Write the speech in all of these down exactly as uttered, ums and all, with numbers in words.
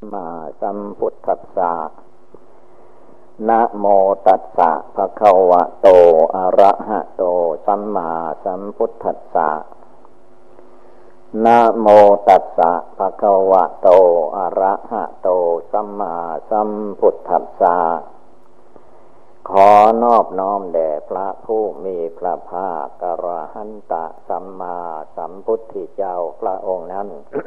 มาสัมพุทธัสสะนะโมตัสสะภะคะวะโตอะระหะโตสัมมาสัมพุทธัสสะนะโมตัสสะภะคะวะโตอะระหะโตสัมมาสัมพุทธัสสะขอนอบน้อมแด่พระผู้มีพระภาคอรหันตสัมมาสัมพุทธเจ้าพระองค์นั้น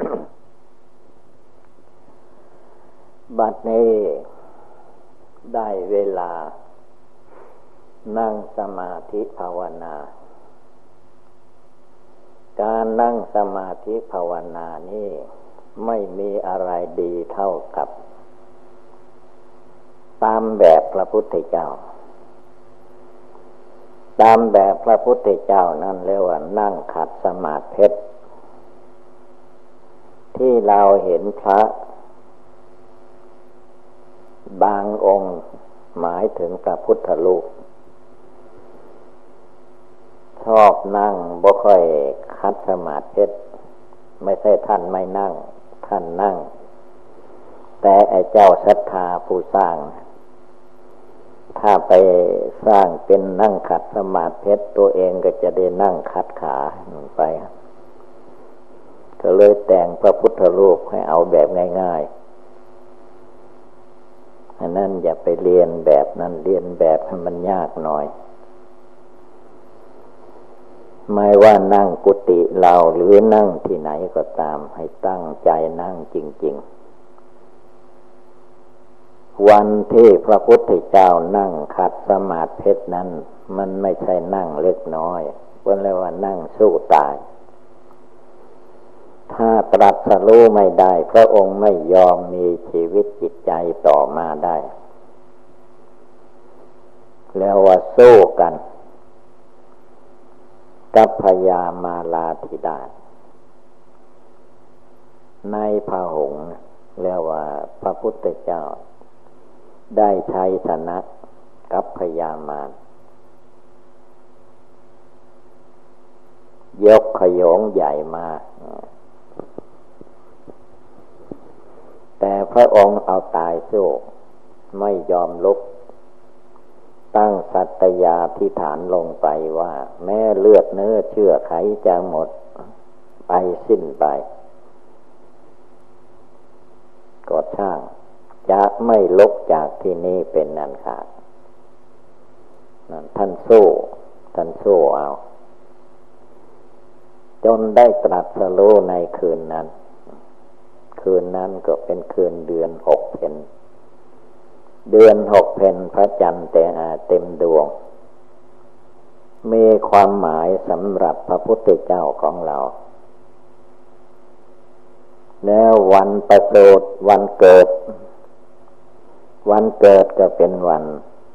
บัดนี้ได้เวลานั่งสมาธิภาวนาการนั่งสมาธิภาวนานี่ไม่มีอะไรดีเท่ากับตามแบบพระพุทธเจ้าตามแบบพระพุทธเจ้านั่นเรียกว่านั่งขัดสมาธิที่เราเห็นพระบางองค์หมายถึงพระพุทธรูปชอบนั่งบ่ค่อยคัดสมาธิไม่ใช่ท่านไม่นั่งท่านนั่งแต่ไอ้เจ้าศรัทธาผู้สร้างถ้าไปสร้างเป็นนั่งขัดสมาธิตัวเองก็จะได้นั่งคัดขาไปก็เลยแต่งพระพุทธรูปให้เอาแบบง่ายๆอันนั้นอย่าไปเรียนแบบนั้นเรียนแบบให้มันยากหน่อยไม่ว่านั่งกุฏิเราหรือนั่งที่ไหนก็ตามให้ตั้งใจนั่งจริงๆวันที่พระพุทธเจ้านั่งขัดสมาธินั้นมันไม่ใช่นั่งเล็กน้อยเรียกว่านั่งสู้ตายถ้าตรัสรู้ไม่ได้พระองค์ไม่ยอมมีชีวิตจิตใจต่อมาได้แล้วว่าสู้กันกับพญามาลาธิดาในพระหงส์แล้วว่าพระพุทธเจ้าได้ใช้ชนะกับพญามารยกขโยงใหญ่มาแต่พระองค์เอาตายสู้ไม่ยอมลุกตั้งสัตยาธิฐานลงไปว่าแม้เลือดเนื้อเชื่อไขจะหมดไปสิ้นไปก็ช่างจะไม่ลุกจากที่นี้เป็นอันขาดนั่นท่านสู้ท่านสู้เอาจนได้ตรัสรู้ในคืนนั้นคืนนั้นก็เป็นคืนเดือนหกเพ็ญเดือนหกเพ็ญพระจันทร์แต่อาเต็มดวงมีความหมายสำหรับพระพุทธเจ้าของเราแล้ววันประสูติวันเกิดวันเกิดก็เป็นวัน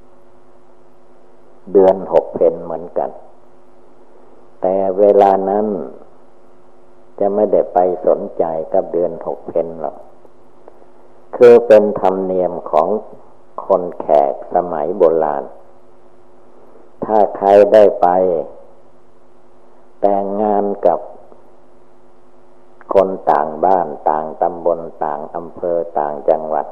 เดือนหกเพ็ญเหมือนกันแต่เวลานั้นจะไม่ได้ไปสนใจกับเดือนหกเพ็ญหรอกคือเป็นธรรมเนียมของคนแขกสมัยโบราณถ้าใครได้ไปแต่งงานกับคนต่างบ้านต่างตำบลต่างอำเภอต่างจังหวัด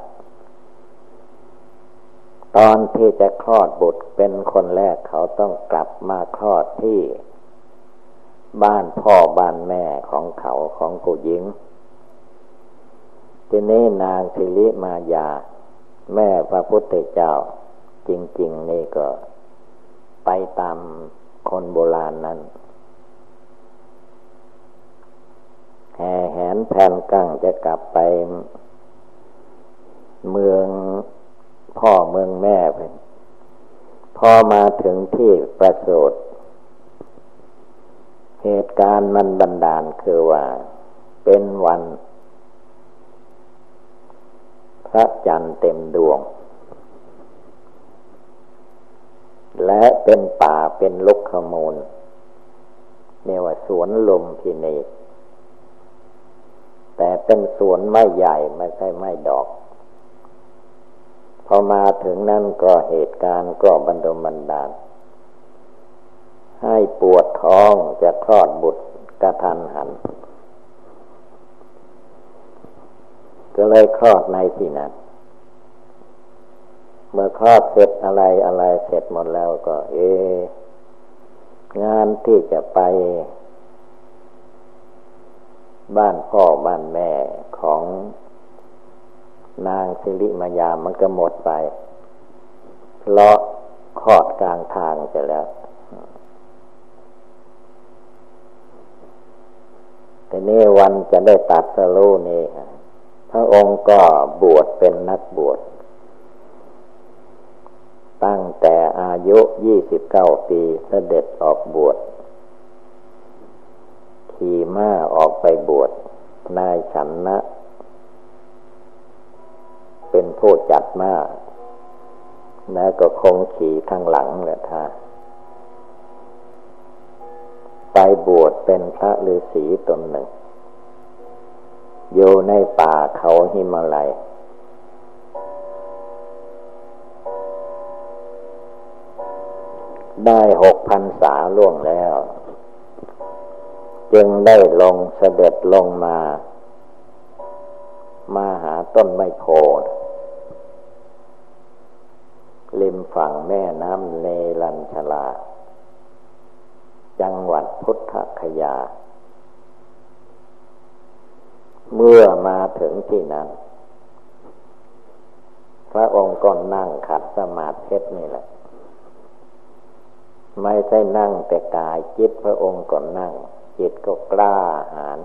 ตอนที่จะคลอดบุตรเป็นคนแรกเขาต้องกลับมาคลอดที่บ้านพ่อบ้านแม่ของเขาของผู้หญิงทีนี้นางสิริมายาแม่พระพุทธเจ้าจริงๆนี่ก็ไปตามคนโบราณนั้นแห่แหนแผ่นกั้งจะกลับไปเมืองพ่อเมืองแม่ไปพอมาถึงที่ประสูติเหตุการณ์มันบันดาลคือว่าเป็นวันพระจันทร์เต็มดวงและเป็นป่าเป็นลุกขมูลเรียกว่าสวนลมพินีแต่เป็นสวนไม้ใหญ่ไม่ใช่ไม้ดอกพอมาถึงนั่นก็เหตุการณ์ก็บันดลบันดาลให้ปวดท้องจะคลอดบุตรกระทันหันก็เลยคลอดในที่นั้นเมื่อคลอดเสร็จอะไรอะไรเสร็จหมดแล้วก็เองานที่จะไปบ้านพ่อบ้านแม่ของนางสิริมายามันก็หมดไปเลาะคลอดกลางทางเสร็จแล้วแต่นี่วันจะได้ตัดสรู้นี่พระองค์ก็บวชเป็นนักบวชตั้งแต่อายุยี่สิบเก้าปีเสด็จออกบวชขี่ม้าออกไปบวชนายฉันนะเป็นผู้จัดม้าแล้วก็คงขี่ข้างหลังแหละท่าไปบวชเป็นพระฤาษีตนหนึ่งอยู่ในป่าเขาหิมาลัยได้หกพรรษาล่วงแล้วจึงได้ลงเสด็จลงมามาหาต้นไมโพธิ์ริมฝั่งแม่น้ำเนรัญชลาจังหวัดพุทธคยาเมื่อมาถึงที่นั้นพระองค์ก็นั่งขัดสมาธินี่แหละไม่ใช่นั่งแต่กายจิตพระองค์ก็นั่งจิตก็กล้าหาญ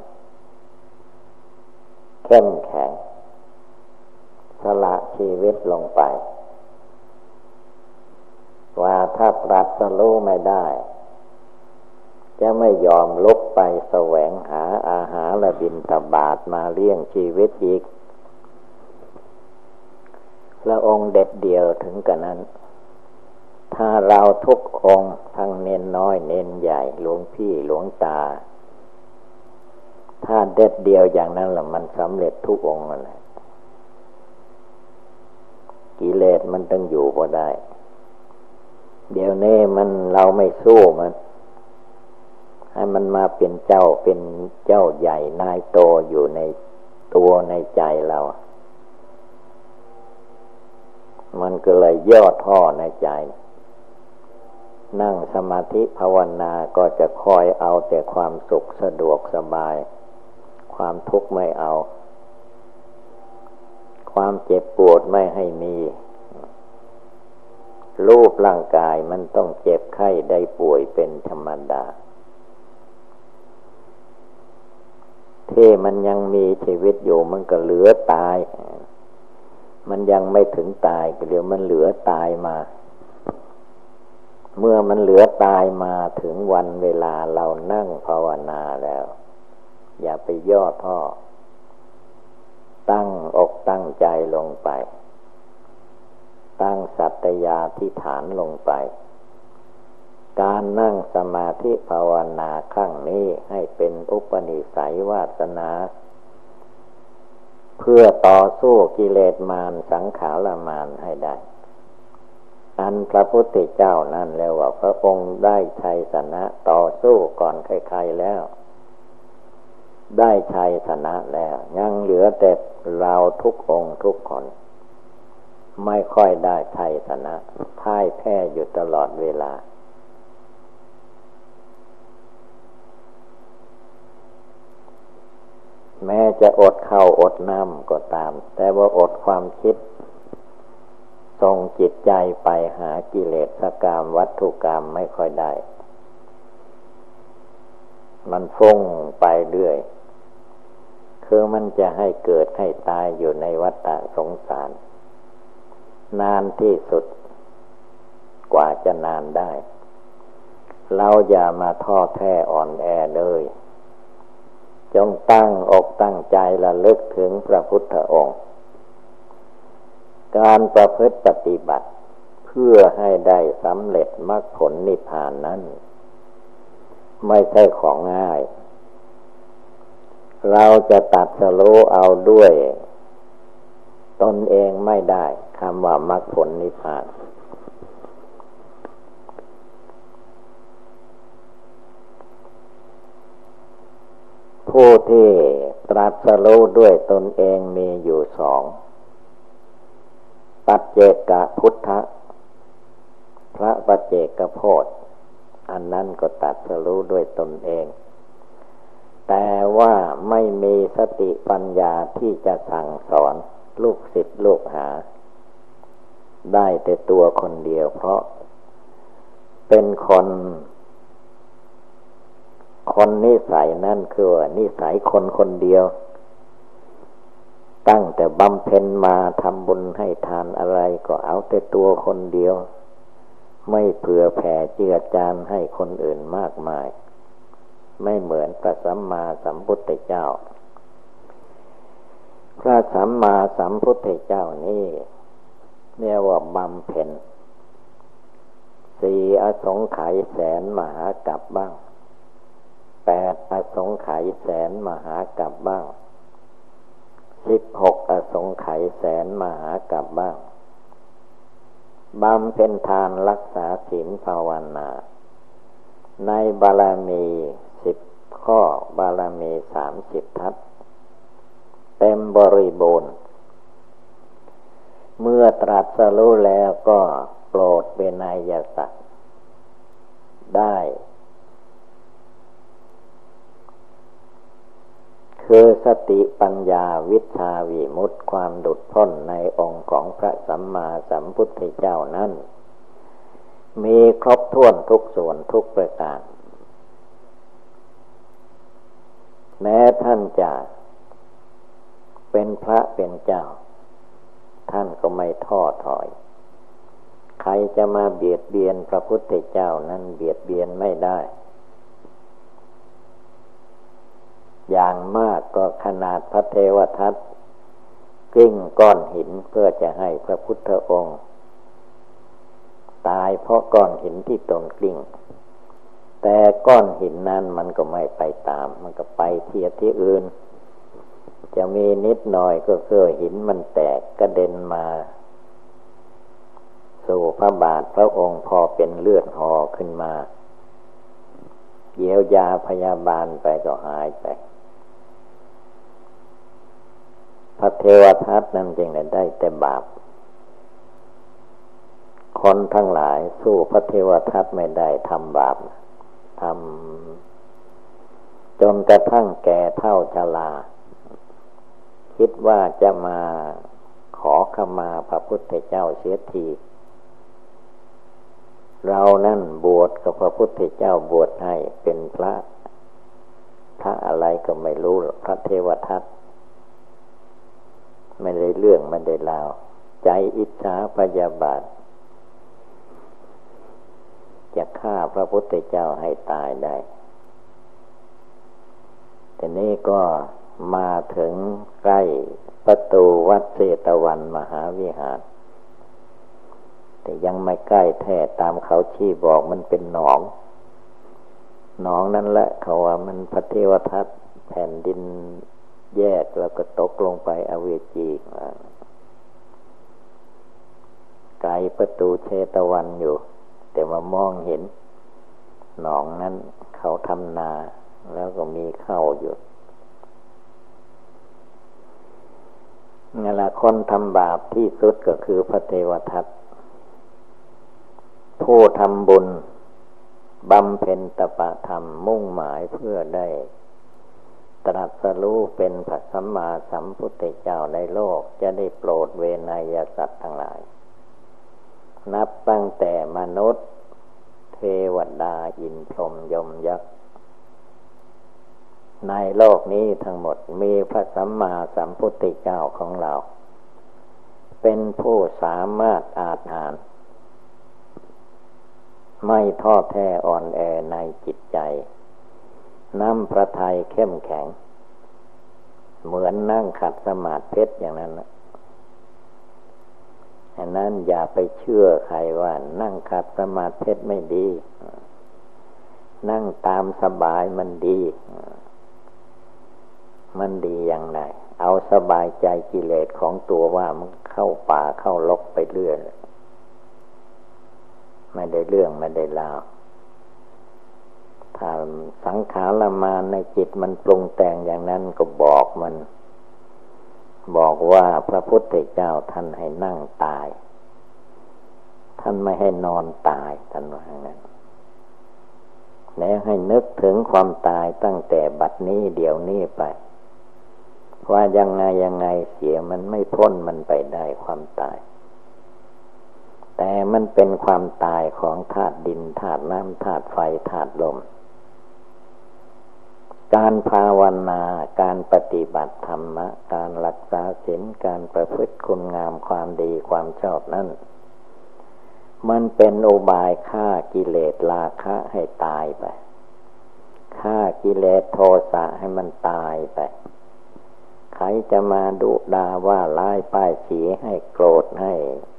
เข้มแข็งสละชีวิตลงไปว่าถ้าตรัสรู้ไม่ได้จะไม่ยอมลุกไปแสวงหาอาหารและบิณฑบาตมาเลี้ยงชีวิตอีกพระองค์เด็ดเดี่ยวถึงกันนั้นถ้าเราทุกองค์ทั้งเน้นน้อยเน้นใหญ่หลวงพี่หลวงตาถ้าเด็ดเดียวอย่างนั้นล่ะมันสำเร็จทุกองค์เลยกิเลสมันต้องอยู่บ่ได้เดี๋ยวนี้มันเราไม่สู้มันให้มันมาเป็นเจ้าเป็นเจ้าใหญ่นายโตอยู่ในตัวในใจเรามันก็เลยย่อท้อในใจนั่งสมาธิภาวนาก็จะคอยเอาแต่ความสุขสะดวกสบายความทุกข์ไม่เอาความเจ็บปวดไม่ให้มีรูปร่างกายมันต้องเจ็บไข้ได้ป่วยเป็นธรรมดาที่มันยังมีชีวิตอยู่มันก็เหลือตายมันยังไม่ถึงตายก็เดี๋ยวมันเหลือตายมาเมื่อมันเหลือตายมาถึงวันเวลาเรานั่งภาวนาแล้วอย่าไปย่อท้อตั้งอกตั้งใจลงไปตั้งสัตยาธิฐานลงไปการนั่งสมาธิภาวนาครั้งนี้ให้เป็นอุปนิสัยวาสนาเพื่อต่อสู้กิเลสมารสังขารมารให้ได้อันพระพุทธเจ้านั่นแล้วว่าพระองค์ได้ชัยชนะต่อสู้ก่อนใครๆแล้วได้ชัยชนะแล้วยังเหลือแต่เราทุกองค์ทุกคนไม่ค่อยได้ชัยชนะพ่ายแพ้อยู่ตลอดเวลาแม้จะอดข้าวอดน้ำก็ตามแต่ว่าอดความคิดส่งจิตใจไปหากิเลสกามวัตถุกรรมไม่ค่อยได้มันฟุ้งไปเรื่อยคือมันจะให้เกิดให้ตายอยู่ในวัฏสงสารนานที่สุดกว่าจะนานได้เราอย่ามาท้อแท้อ่อนแอเลยจงตั้งอกตั้งใจระลึกถึงพระพุทธองค์การประพฤติปฏิบัติเพื่อให้ได้สำเร็จมรรคผลนิพพานนั้นไม่ใช่ของง่ายเราจะตัดสรู้เอาด้วยตนเองไม่ได้คำว่ามรรคผลนิพพานผู้ที่ตรัสรู้ด้วยตนเองมีอยู่สองปัจเจกพุทธะพระปัจเจกโพธิอันนั้นก็ตรัสรู้ด้วยตนเองแต่ว่าไม่มีสติปัญญาที่จะสั่งสอนลูกศิษย์ลูกหาได้แต่ตัวคนเดียวเพราะเป็นคนคนนิสัยนั่นคือนิสัยคนคนเดียวตั้งแต่บำเพ็ญมาทำบุญให้ทานอะไรก็เอาแต่ตัวคนเดียวไม่เผื่อแผ่เจือจานให้คนอื่นมากมายไม่เหมือนพระสัมมาสัมพุทธเจ้าพระสัมมาสัมพุทธเจ้านี่เรียกว่าบำเพ็ญสี่อสงไขยแสนมหากัปบ้างแปดอสงไขยแสนมหากัปบ้างสิบหกอสงไขยแสนมหากัปบ้างบำเพ็ญทานรักษาศีลภาวนาในบารมีสิบข้อบารมีสามสิบทัศเต็มบริบูรณ์เมื่อตรัสรู้แล้วก็โปรดเวนยสัตว์ได้คือสติปัญญาวิชาวิมุตติความดุจพ้นในองค์ของพระสัมมาสัมพุทธเจ้านั้นมีครบถ้วนทุกส่วนทุกประการแม้ท่านจะเป็นพระเป็นเจ้าท่านก็ไม่ท้อถอยใครจะมาเบียดเบียนพระพุทธเจ้านั้นเบียดเบียนไม่ได้อย่างมากก็ขนาดพระเทวทัตกลิ้งก้อนหินเพื่อจะให้พระพุทธองค์ตายเพราะก้อนหินที่ตนกลิ้งแต่ก้อนหินนั้นมันก็ไม่ไปตามมันก็ไปเทียบที่อื่นจะมีนิดหน่อยก็คือหินมันแตกกระเด็นมาสู่พระบาทพระองค์พอเป็นเลือดห่อขึ้นมาเยียวยาพยาบาลไปก็หายไปพระเทวทัตนั้นจึงได้แต่บาปคนทั้งหลายสู้พระเทวทัตไม่ได้ทำบาปทำจนกระทั่งแก่เฒ่าชราคิดว่าจะมาขอขมาพระพุทธเจ้าเสียทีเรานั่นบวชกับพระพุทธเจ้าบวชให้เป็นพระพระอะไรก็ไม่รู้พระเทวทัตไม่ได้เรื่องไม่ได้ราวใจอิจฉาพยาบาทจะฆ่าพระพุทธเจ้าให้ตายได้แต่นี้ก็มาถึงใกล้ประตูวัดเชตวันมหาวิหารแต่ยังไม่ใกล้แท้ตามเขาชี้บอกมันเป็นหนองหนองนั่นแหละเขาว่ามันพระเทวทัตแผ่นดินแยกแล้วก็ตกลงไปอเวจีไกลประตูเชตวันอยู่แต่ว่ามองเห็นหนองนั้นเขาทำนาแล้วก็มีข้าวอยู่นั่นแหละคนทำบาปที่สุดก็คือพระเทวทัตผู้ทำบุญบำเพ็ญตปะธรรมมุ่งหมายเพื่อได้ตรัสรู้เป็นพระสัมมาสัมพุทธเจ้าในโลกจะได้โปรดเวนยสัตว์ทั้งหลายนับตั้งแต่มนุษย์เทวดาอินพรหมยมยักษ์ในโลกนี้ทั้งหมดมีพระสัมมาสัมพุทธเจ้าของเราเป็นผู้สามารถอาจหาญไม่ท้อแท้อ่อนแอในจิตใจน้ำพระทัยเข้มแข็งเหมือนนั่งขัดสมาธิเพชรอย่างนั้นนะฉะนั้นอย่าไปเชื่อใครว่านั่งขัดสมาธิเพชรไม่ดีนั่งตามสบายมันดีมันดีอย่างไรเอาสบายใจกิเลสของตัวว่ามันเข้าป่าเข้าลกไปเรื่อยไม่ได้เรื่องไม่ได้ราวทถ้าสังขารมารในจิตมันปรุงแต่งอย่างนั้นก็บอกมันบอกว่าพระพุทธเจ้าท่านให้นั่งตายท่านไม่ให้นอนตายท่านว่าอย่างนั้นแล้วให้นึกถึงความตายตั้งแต่บัดนี้เดี๋ยวนี้ไปว่ายังไงยังไงเสียมันไม่พ้นมันไปได้ความตายแต่มันเป็นความตายของธาตุดินธาตุน้ำธาตุไฟธาตุลมการภาวนาการปฏิบัติธรรมะการรักษาศีลการประพฤติคุณงามความดีความชอบนั้นมันเป็นอุบายฆ่ากิเลสราคะให้ตายไปฆ่ากิเลสโทสะให้มันตายไปใครจะมาดุด่าว่าร้ายป้ายสีให้โกรธให้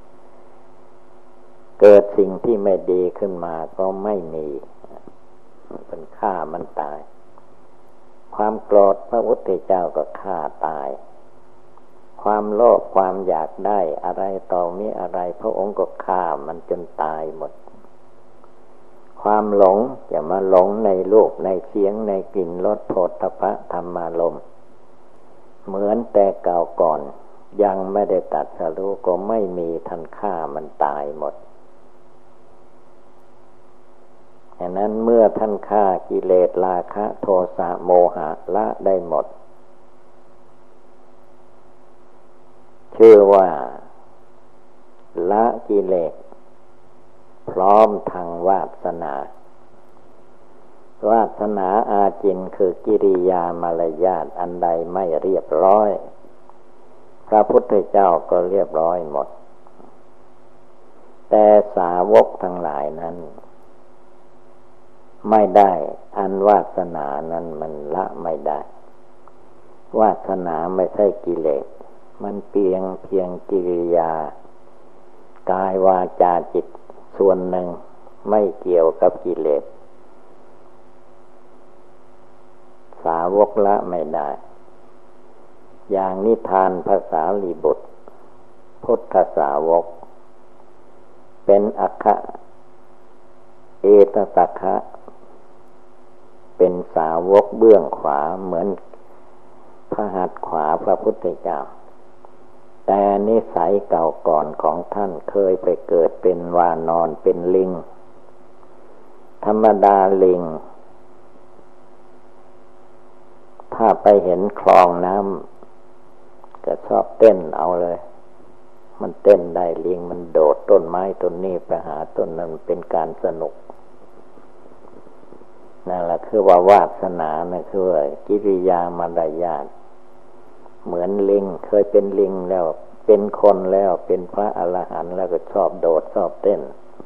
เกิดสิ่งที่ไม่ดีขึ้นมาก็ไม่มีเป็นฆ่ามันตายความโกรธพระพุทธเจ้าก็ฆ่าตายความโลภความอยากได้อะไรต่อมีอะไรพระองค์ก็ฆ่ามันจนตายหมดความหลงอย่ามาหลงในรูปในเสียงในกลิ่นรสโผฏฐัพพะธรรมารมณ์เหมือนแต่เก่าก่อนยังไม่ได้ตัดสรู้ก็ไม่มีทันฆ่ามันตายหมดฉะนั้นเมื่อท่านฆ่ากิเลสราคะโทสะโมหะละได้หมดชื่อว่าละกิเลสพร้อมทางวาสนาวาสนาอาจินคือกิริยามารยาทอันใดไม่เรียบร้อยพระพุทธเจ้าก็เรียบร้อยหมดแต่สาวกทั้งหลายนั้นไม่ได้อันวาสนานั้นมันละไม่ได้วาสนาไม่ใช่กิเลสมันเพียงเพียงกิริยากายวาจาจิตส่วนหนึ่งไม่เกี่ยวกับกิเลสสาวกละไม่ได้อย่างนิทานภาษาลีบุตรพุทธสาวกเป็นอัคคะเอตตัคคะเป็นสาวกเบื้องขวาเหมือนพระหัตถ์ขวาพระพุทธเจ้าแต่นิสัยเก่าก่อนของท่านเคยไปเกิดเป็นวานอนเป็นลิงธรรมดาลิงถ้าไปเห็นคลองน้ำก็ชอบเต้นเอาเลยมันเต้นได้ลิงมันโดดต้นไม้ต้นนี้ไปหาต้นนั้นเป็นการสนุกนั่นแหละคือว่าวาสนานะคือว่ากิริยามารยาทเหมือนลิงเคยเป็นลิงแล้วเป็นคนแล้วเป็นพระอรหันต์แล้วก็ชอบโดดชอบเต้น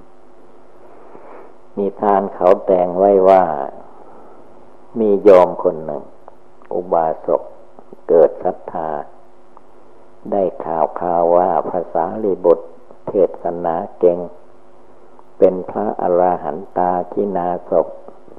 มีทานเขาแต่งไว้ว่ามีโยมคนหนึ่งอุบาสกเกิดศรัทธาได้ข่าวข่าวว่าภาษาลีบุตรเทศนาเก่งเป็นพระอรหันตาคินาศพ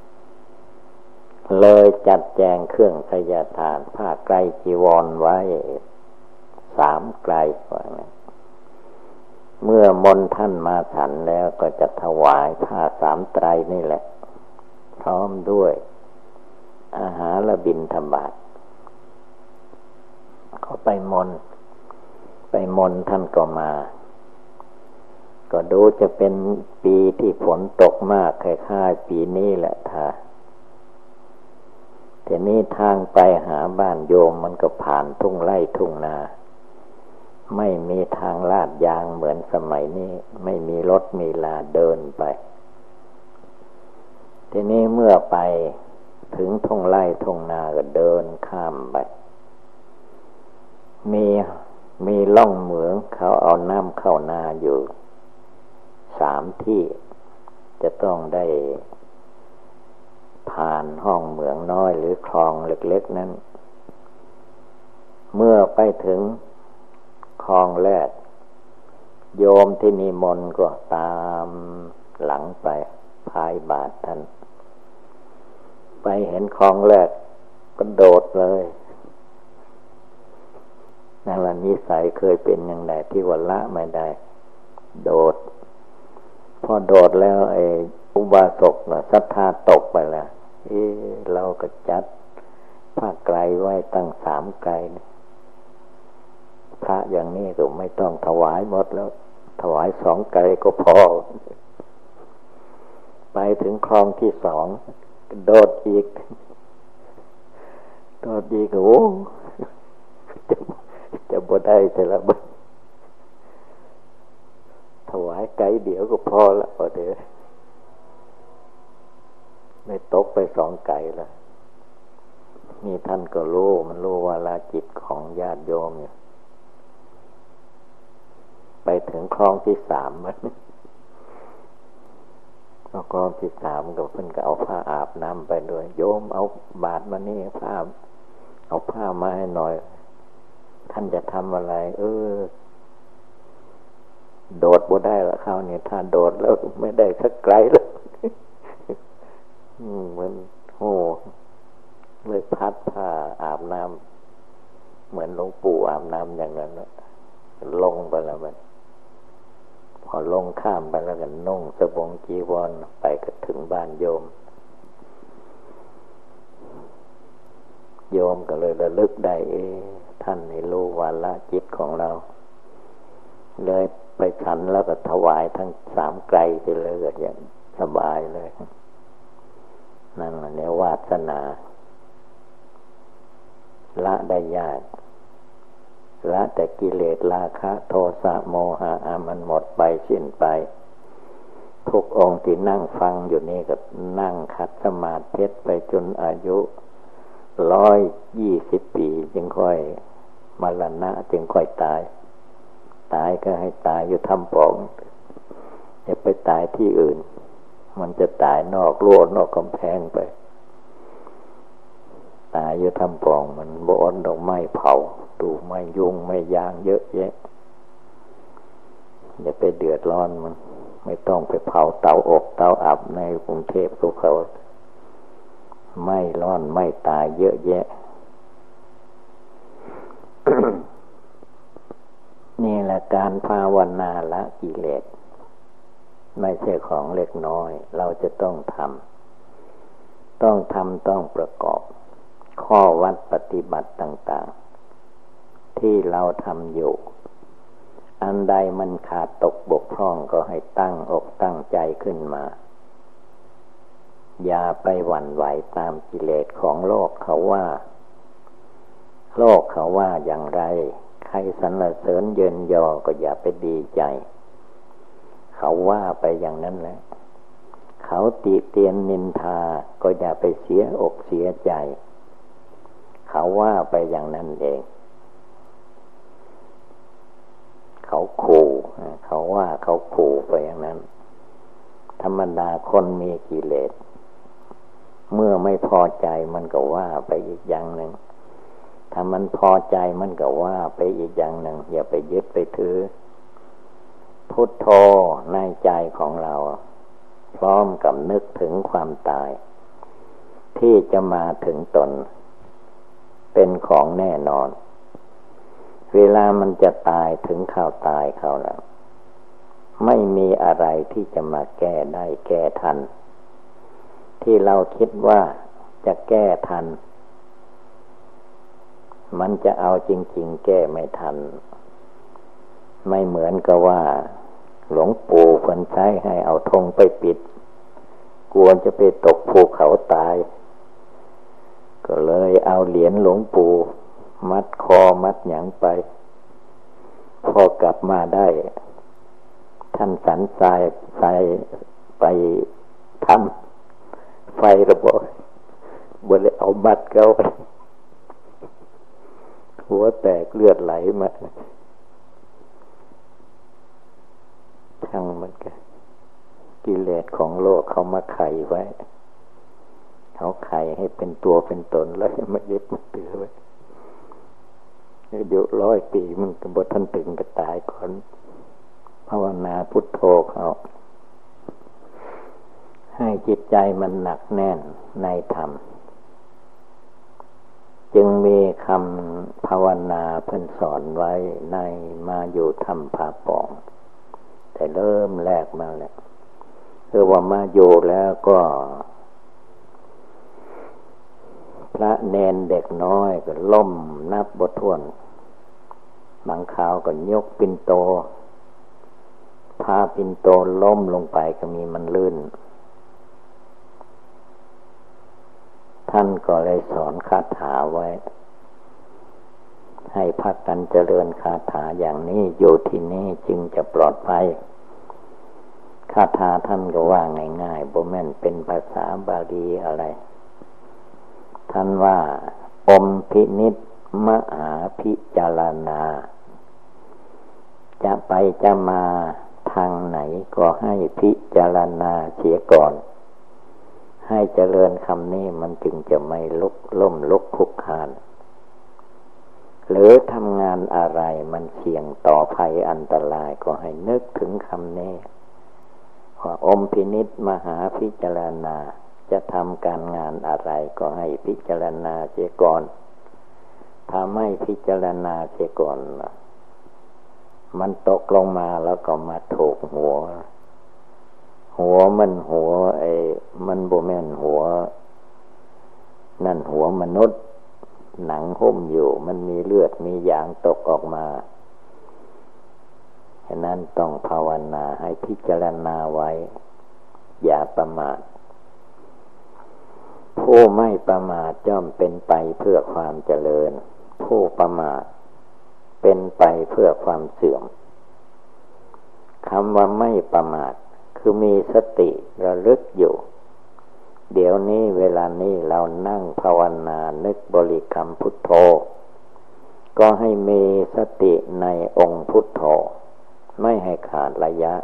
เลยจัดแจงเครื่องไสยทานผ้าไกรจีวรไว้สามไกรว่างั้นเมื่อมนต์ท่านมาฉันแล้วก็จะถวายผ้าสามไตรนี่แหละพร้อมด้วยอาหารบิณฑบาตเขาไปมนต์ไปมนต์ท่านก็มาก็ดูจะเป็นปีที่ฝนตกมากคล้ายๆปีนี้แหละท่าแต่นี้ทางไปหาบ้านโยมมันก็ผ่านทุ่งไร่ทุ่งนาไม่มีทางลาดยางเหมือนสมัยนี้ไม่มีรถมีลาเดินไปทีนี้เมื่อไปถึงทุ่งไร่ทุ่งนาก็เดินข้ามไปมีมีล่องเหมืองเขาเอาน้ำเข้านาอยู่สามที่จะต้องได้ผ่านห้องเหมืองน้อยหรือคลองเล็กๆนั้นเมื่อไปถึงคลองแรกโยมที่นิมนต์ก็ตามหลังไปพายบาตรท่านไปเห็นคลองแรกก็โดดเลยนั่นแหละนิสัยเคยเป็นอย่างไรที่ว่าละไม่ได้โดดพอโดดแล้วไอ้อุบาสกน่ะศรัทธาตกไปแล้วเออเราก็จัดผ้าไกรไว้ตั้งสามไกรพระอย่างนี้ก็ไม่ต้องถวายหมดแล้วถวายสองไกรก็พอไปถึงคลองที่สองโดดอีกโดดอีกโอ้จะจะบ่ได้แต่ละบัดถวายไกรเดียวก็พอละพอเดี๋ยวไม่ตกไปสองไกรละนี่ท่านก็รู้มันรู้ว่าลาจิตของญาติโยมเนี่ยไปถึงคลองที่สามมันแล้วคลองที่สามก็เพิ่นก็เอาผ้าอาบน้ำไปด้วยโยมเอาบาตรมานี่ผ้าเอาผ้ามาให้หน่อยท่านจะทำอะไรเออโดดบ่ได้ละเขาเนี่ยถ้าโดดแล้วไม่ได้สักไกลแล้วมันโอ้เลยพัดผ้าอาบน้ำเหมือนหลวงปู่อาบน้ำอย่างนั้นลงไปแล้วมันพอลงข้ามไปแล้วก็นุ่งสบงจีวรไปก็ถึงบ้านโยมโยมก็เลยระลึกได้เอท่านในรู้วาระจิตของเราเลยไปฉันแล้วก็ถวายทั้งสามไกรไปเลยอย่างสบายเลยนั่นแหละเรียกวาสนาละได้ยากละแต่กิเลสราคะโทสะโมหะอามันหมดไปสิ้นไปทุกองค์ที่นั่งฟังอยู่นี่ก็นั่งคัดสมาธิไปจนอายุร้อยยี่สิบปีจึงค่อยมรณะจึงค่อยตายตายก็ให้ตายอยู่ถ้ำปล่องอย่าไปตายที่อื่นมันจะตายนอกรั้วนอกกำแพงไปตายอยู่ถ้ำปล่องมันบ่อนดอกไม้เผาดูไม่ยุงไม่ยางเยอะแยะอย่าไปเดือดร้อนมันไม่ต้องไปเผาเตาอบเตาอับในกรุงเทพภูเขาไม่ร้อนไม่ตายเยอะแยะ นี่แหละการภาวนาละกิเลสไม่ใช่ของเล็กน้อยเราจะต้องทำต้องทำต้องประกอบข้อวัดปฏิบัติต่างๆที่เราทำอยู่อันใดมันขาดตกบกพร่องก็ให้ตั้งอกตั้งใจขึ้นมาอย่าไปหวั่นไหวตามกิเลสของโลกเขาว่าโลกเขาว่าอย่างไรใครสรรเสริญเยินยอก็อย่าไปดีใจเขาว่าไปอย่างนั้นแหละเขาติเตียนนินทาก็อย่าไปเสียอกเสียใจเขาว่าไปอย่างนั้นเองเขาขู่เขาว่าเขาขู่ไปอย่างนั้นธรรมดาคนมีกิเลสเมื่อไม่พอใจมันก็ว่าไปอีกอย่างหนึ่งถ้ามันพอใจมันก็ว่าไปอีกอย่างหนึ่งอย่าไปยึดไปถือพุทโธในใจของเราพร้อมกับนึกถึงความตายที่จะมาถึงตนเป็นของแน่นอนเวลามันจะตายถึงข่าวตายเขาแล้วไม่มีอะไรที่จะมาแก้ได้แก้ทันที่เราคิดว่าจะแก้ทันมันจะเอาจริงๆแก้ไม่ทันไม่เหมือนกับว่าหลวงปู่เพิ่นใช้ให้เอาธงไปปิดกลัวจะไปตกภูเขาตายก็เลยเอาเหรียญหลวงปู่มัดคอมัดหยังไปพอกลับมาได้ท่านสันทรายใส่ไปทำไฟระเบิดบ่ได้เอามัดเขาหัวแตกเลือดไหลมาทั้งมันก็กิเลสของโลกเขามาไขไว้เขาไขให้เป็นตัวเป็นตนแล้วไม่ยึดมันถือไว้อายุร้อยปีมันก็บ่ทันถึงก็ตายก่อนภาวนาพุทโธเขาให้จิตใจมันหนักแน่นในธรรมจึงมีคำภาวนาเพิ่นสอนไว้ในมาอยู่ธรรมภาปองแต่เริ่มแรกมาแล้วคือว่ามาอยู่แล้วก็ระเนนเด็กน้อยก็ล้มนับบ่ถ้วนบางคราวก็ยกปิ่นโตพาปิ่นโตล้มลงไปก็มีมันลื่นท่านก็เลยสอนคาถาไว้ให้พักกันเจริญคาถาอย่างนี้อยู่ที่นี่จึงจะปลอดภัยคาถาท่านก็ว่าง่ายๆบ่แม่นเป็นภาษาบาลีอะไรท่านว่าอมพินิจมหาพิจารณาจะไปจะมาทางไหนก็ให้พิจารณาเสียก่อนให้เจริญคำนี้มันจึงจะไม่ลุกล้มลุกคลุกคลานหรือทำงานอะไรมันเสี่ยงต่อภัยอันตรายก็ให้นึกถึงคำนี้ว่าอมพินิจมหาพิจารณาจะทำการงานอะไรก็ให้พิจารณาเสียก่อนถ้าไม่พิจารณาเสียก่อนมันตกลงมาแล้วก็มาถูกหัวหัวมันหัวไอ้มันบ่แม่นหัวนั่นหัวมนุษย์หนังหุ้มอยู่มันมีเลือดมียางตกออกมาฉะนั้นต้องภาวนาให้พิจารณาไว้อย่าประมาทผู้ไม่ประมาทย่อมเป็นไปเพื่อความเจริญผู้ประมาทเป็นไปเพื่อความเสื่อมคำว่าไม่ประมาทคือมีสติระลึกอยู่เดี๋ยวนี้เวลานี้เรานั่งภาวนานึกบริกรรมพุทโธก็ให้มีสติในองค์พุทโธไม่ให้ขาดระยะ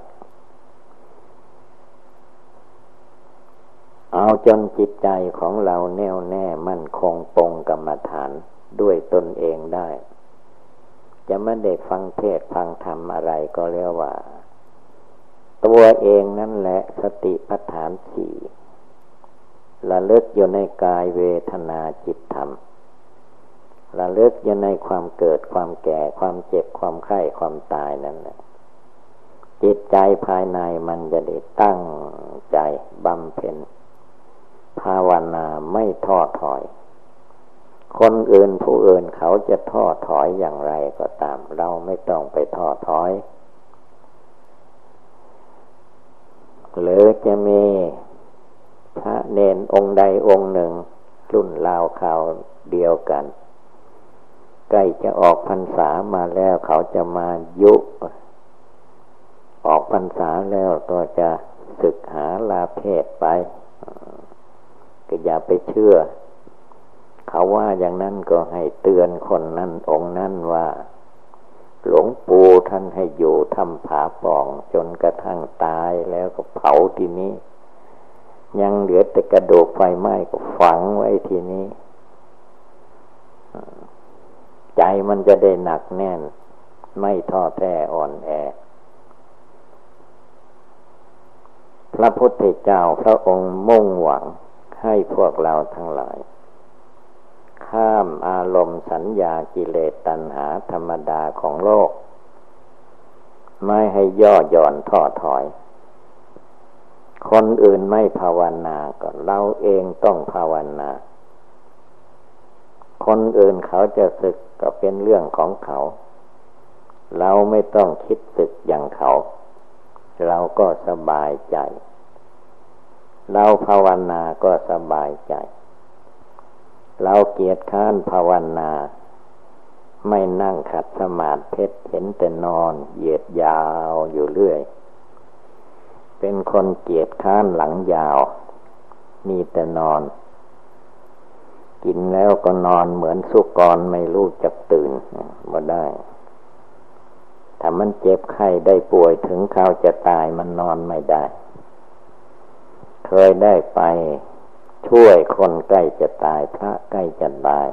เอาจนจิตใจของเราแน่วแน่มั่นคงปรงกรรมฐานด้วยตนเองได้จะไม่ได้ฟังเทศน์ฟังธรรมอะไรก็เรียกว่าตัวเองนั่นแหละสติปัฏฐานสี่ระลึกอยู่ในกายเวทนาจิตธรรมระลึกอยู่ในความเกิดความแก่ความเจ็บความไข้ความตายนั่นแหละจิตใจภายในมันจะได้ตั้งใจบำเพ็ญภาวนาไม่ท้อถอยคนอื่นผู้อื่นเขาจะท้อถอยอย่างไรก็ตามเราไม่ต้องไปท้อถอยหรือจะมีพระเนนองค์ใดองค์หนึ่งรุ่นราวคราวเดียวกันใกล้จะออกพรรษามาแล้วเขาจะมายุออกพรรษาแล้วก็จะศึกหาลาเพศไปก็อย่าไปเชื่อเขาว่าอย่างนั้นก็ให้เตือนคนนั้นองค์นั้นว่าหลวงปู่ท่านให้อยู่ทำผาป่องจนกระทั่งตายแล้วก็เผาที่นี้ยังเหลือแต่กระดูกไฟไหม้ก็ฝังไว้ที่นี้ใจมันจะได้หนักแน่นไม่ท้อแท้อ่อนแอพระพุทธเจ้าพระองค์มุ่งหวังให้พวกเราทั้งหลายข้ามอารมณ์สัญญากิเลสตัณหาธรรมดาของโลกไม่ให้ย่อหย่อนท้อถอยคนอื่นไม่ภาวนาก็เราเองต้องภาวนาคนอื่นเขาจะสึกก็เป็นเรื่องของเขาเราไม่ต้องคิดสึกอย่างเขาเราก็สบายใจเราภาวนาก็สบายใจเราเกียจค้านภาวนาไม่นั่งขัดสมาธิเห็นแต่นอนเหยียดยาวอยู่เรื่อยเป็นคนเกียจค้านหลังยาวมีแต่นอนกินแล้วก็นอนเหมือนสุกรไม่รู้จักตื่นบ่ได้ถ้ามันเจ็บไข้ได้ป่วยถึงคราวจะตายมันนอนไม่ได้เคยได้ไปช่วยคนใกล้จะตายพระใกล้จะตาย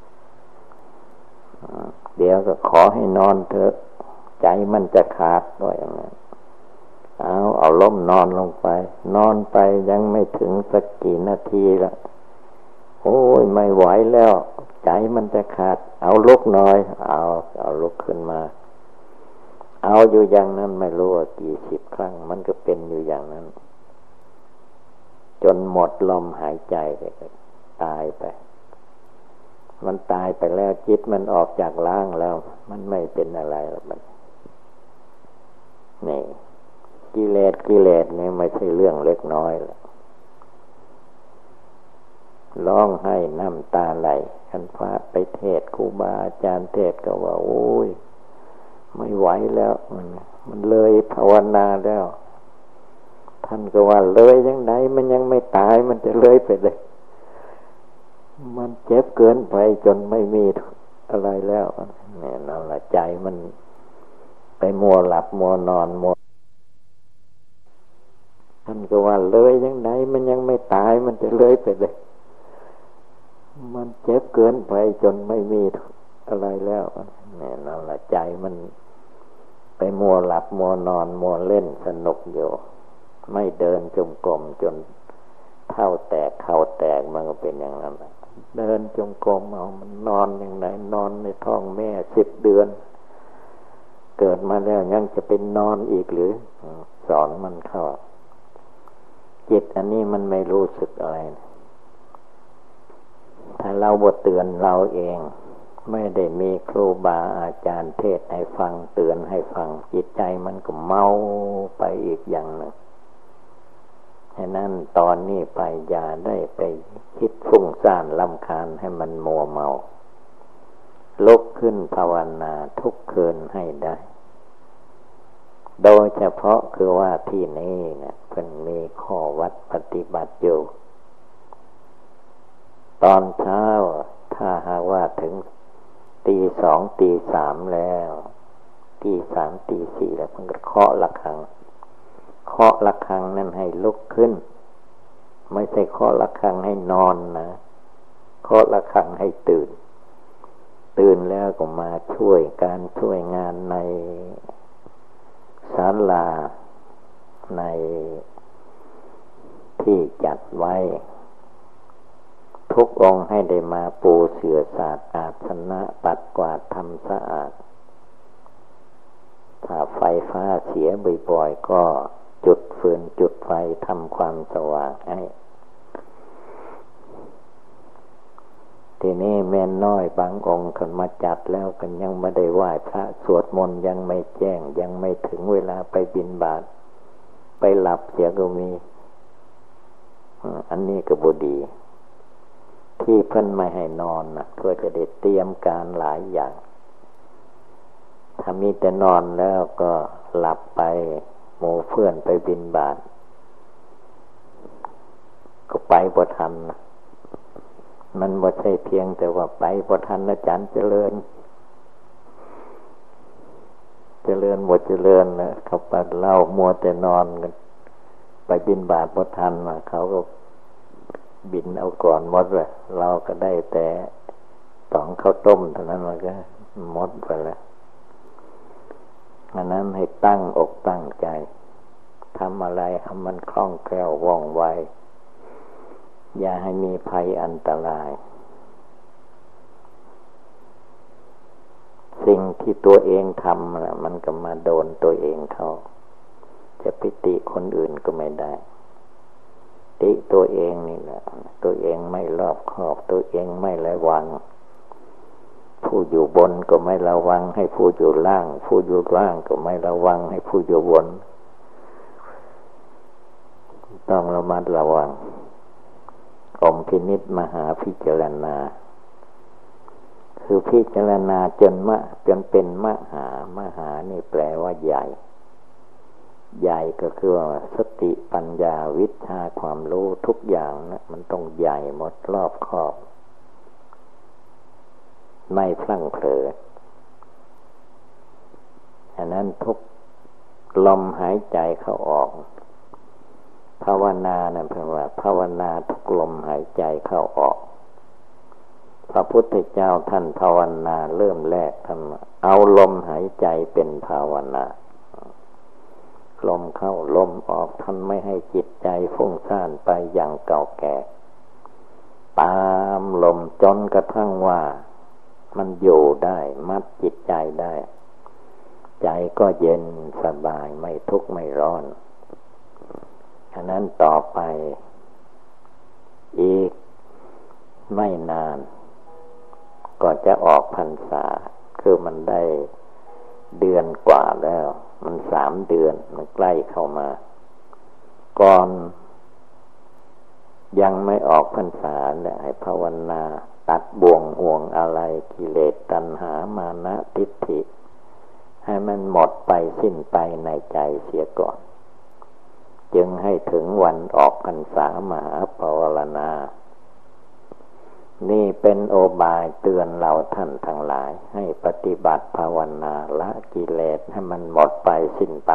เดี๋ยวก็ขอให้นอนเถอะใจมันจะขาดด้วยอย่างนั้นเอาเอาล้มนอนลงไปนอนไปยังไม่ถึงสักกี่นาทีละโอ้ยไม่ไหวแล้วใจมันจะขาดเอาลุกหน่อยเอาเอาลุกขึ้นมาเอาอยู่อย่างนั้นไม่รู้ว่ากี่สิบครั้งมันก็เป็นอยู่อย่างนั้นจนหมดลมหายใจเลยตายไปมันตายไปแล้วจิตมันออกจากร่างแล้วมันไม่เป็นอะไรหรอกมันนี่กิเลสกิเลสนี่ไม่ใช่เรื่องเล็กน้อยหรอกร้องไห้น้ำตาไหลคันพระไปเทศน์ครูบาอาจารย์เทศน์ก็ว่าโอ้ยไม่ไหวแล้วมันมันเลยภาวนาแล้วท่านก็ว่าเลยยังไงมันยังไม่ตายมันจะเลยไปเลยมันเจ็บเกินไปจนไม่มีอะไรแล้วเนี่ยนั่นแหละใจมันไปมัวหลับมัวนอนมัวท่านก็ว่าเลยยังไงมันยังไม่ตายมันจะเลยไปเลยมันเจ็บเกินไปจนไม่มีอะไรแล้วเนี่ยนั่นแหละใจมันไปมัวหลับมัวนอนมัวเล่นสนุกอยู่ไม่เดินจงกรมจนเท้าแตกเข่าแตกมันก็เป็นอย่างนั้นเดินจงกรมเอามันนอนอย่างไรนอนในท้องแม่สิบเดือนเกิดมาแล้วยังจะเป็นนอนอีกหรือสอนมันเข้าจิตอันนี้มันไม่รู้สึกอะไรถ้าเราบทเตือนเราเองไม่ได้มีครูบาอาจารย์เทศให้ฟังเตือนให้ฟังจิตใจมันก็เมาไปอีกอย่างหนึ่งฉะนั้นตอนนี้ไปอย่าได้ไปคิดฟุ้งซ่านรำคาญให้มันมัวเมาลุกขึ้นภาวนาทุกคืนให้ได้โดยเฉพาะคือว่าที่นี้เนี่ยเพิ่นมีข้อวัดปฏิบัติอยู่ตอนเช้าถ้าหากว่าถึงตีสองตีสามแล้วตีสามตีสี่แล้วเพิ่นก็เคาะระฆังเคาะระฆังนั่นให้ลุกขึ้นไม่ใช่เคาะระฆังให้นอนนะเคาะระฆังให้ตื่นตื่นแล้วก็มาช่วยการช่วยงานในศาลาในที่จัดไว้ทุกองค์ให้ได้มาปูเสื่อสาดอาสนะปัดกวาดทำสะอาดถ้าไฟฟ้าเสียบ่อยๆก็จุดฟืนจุดไฟทำความสว่างให้ทีนี้แม่น้อยบางองค์คนมาจัดแล้วกันยังไม่ได้ไหว้พระสวดมนต์ยังไม่แจ้งยังไม่ถึงเวลาไปบิณฑบาตไปหลับเสียก็มีอันนี้ก็บ่ดีที่เพิ่นไม่ให้นอนนะเพื่อจะได้เตรียมการหลายอย่างถ้ามีแต่นอนแล้วก็หลับไปหมู่เพื่อนไปบิณฑบาตก็ไปบ่ทันนะมันบ่ใช่เพียงแต่ว่าไปบ่ทันอาจารย์เจริญเจริญหมดเจริญนะเขาไปเล่ามัวแต่นอนกันไปบิณฑบาตบ่ทันนะเขาก็บินเอาก่อนหมดเลยเราก็ได้แต่สองข้าวต้มเท่านั้นมันก็หมดไปแล้วอันนั้นให้ตั้งอกตั้งใจทำอะไรให้มันคล่องแคล่วว่องไวอย่าให้มีภัยอันตรายสิ่งที่ตัวเองทำนะมันก็มาโดนตัวเองเขาจะไปติคนอื่นก็ไม่ได้ติตัวเองนี่แหละตัวเองไม่รอบคอบตัวเองไม่ระวังผู้อยู่บนก็ไม่ระวังให้ผู้อยู่ล่างผู้อยู่ล่างก็ไม่ระวังให้ผู้อยู่บนต้องระมัดระวังอมพินิจมหาพิจารณาคือพิจารณาจนมะจนเป็นมหามหานี่แปลว่าใหญ่ใหญ่ก็คือว่าสติปัญญาวิชาความรู้ทุกอย่างนะมันต้องใหญ่หมดรอบคอบไม่พลั้งเผลอฉะนั้นทุกลมหายใจเข้าออกภาวนานะเพื่อว่าภาวนาทุกลมหายใจเข้าออกพระพุทธเจ้าท่านภาวนาเริ่มแรกท่านเอาลมหายใจเป็นภาวนาลมเข้าลมออกท่านไม่ให้จิตใจฟุ้งซ่านไปอย่างเก่าแก่ตามลมจนกระทั่งว่ามันอยู่ได้มัดจิตใจได้ใจก็เย็นสบายไม่ทุกข์ไม่ร้อนฉะนั้นต่อไปอีกไม่นานก็จะออกพรรษาคือมันได้เดือนกว่าแล้วมันสามเดือนมันใกล้เข้ามาก่อนยังไม่ออกพรรษาเนี่ยให้ภาวนาตัดบ่วงห่วงอะไรกิเลสตัณหามานะทิฏฐิให้มันหมดไปสิ้นไปในใจเสียก่อนจึงให้ถึงวันออกพรรษามหาภาวนานี่เป็นโอบายเตือนเราท่านทั้งหลายให้ปฏิบัติภาวนาละกิเลสให้มันหมดไปสิ้นไป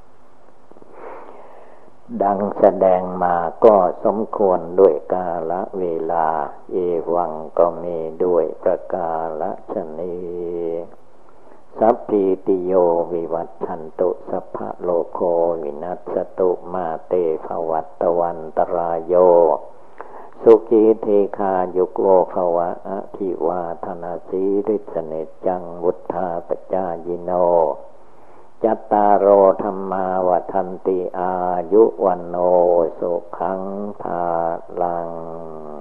ดังแสดงมาก็สมควรด้วยกาลเวลาเอวังก็มีด้วยประกาศนีสัพพิติโยวิวัตชันตุสัพพะโลกโควินัสสตุมาเตภวัตวันตรายโยสุขีเทคายุโกภวะอภิวาทนาสีริสเนจังวุธาปจายิโนจัตตารโอธรรมาวัฏันติอายุวันโนสุขังภาลัง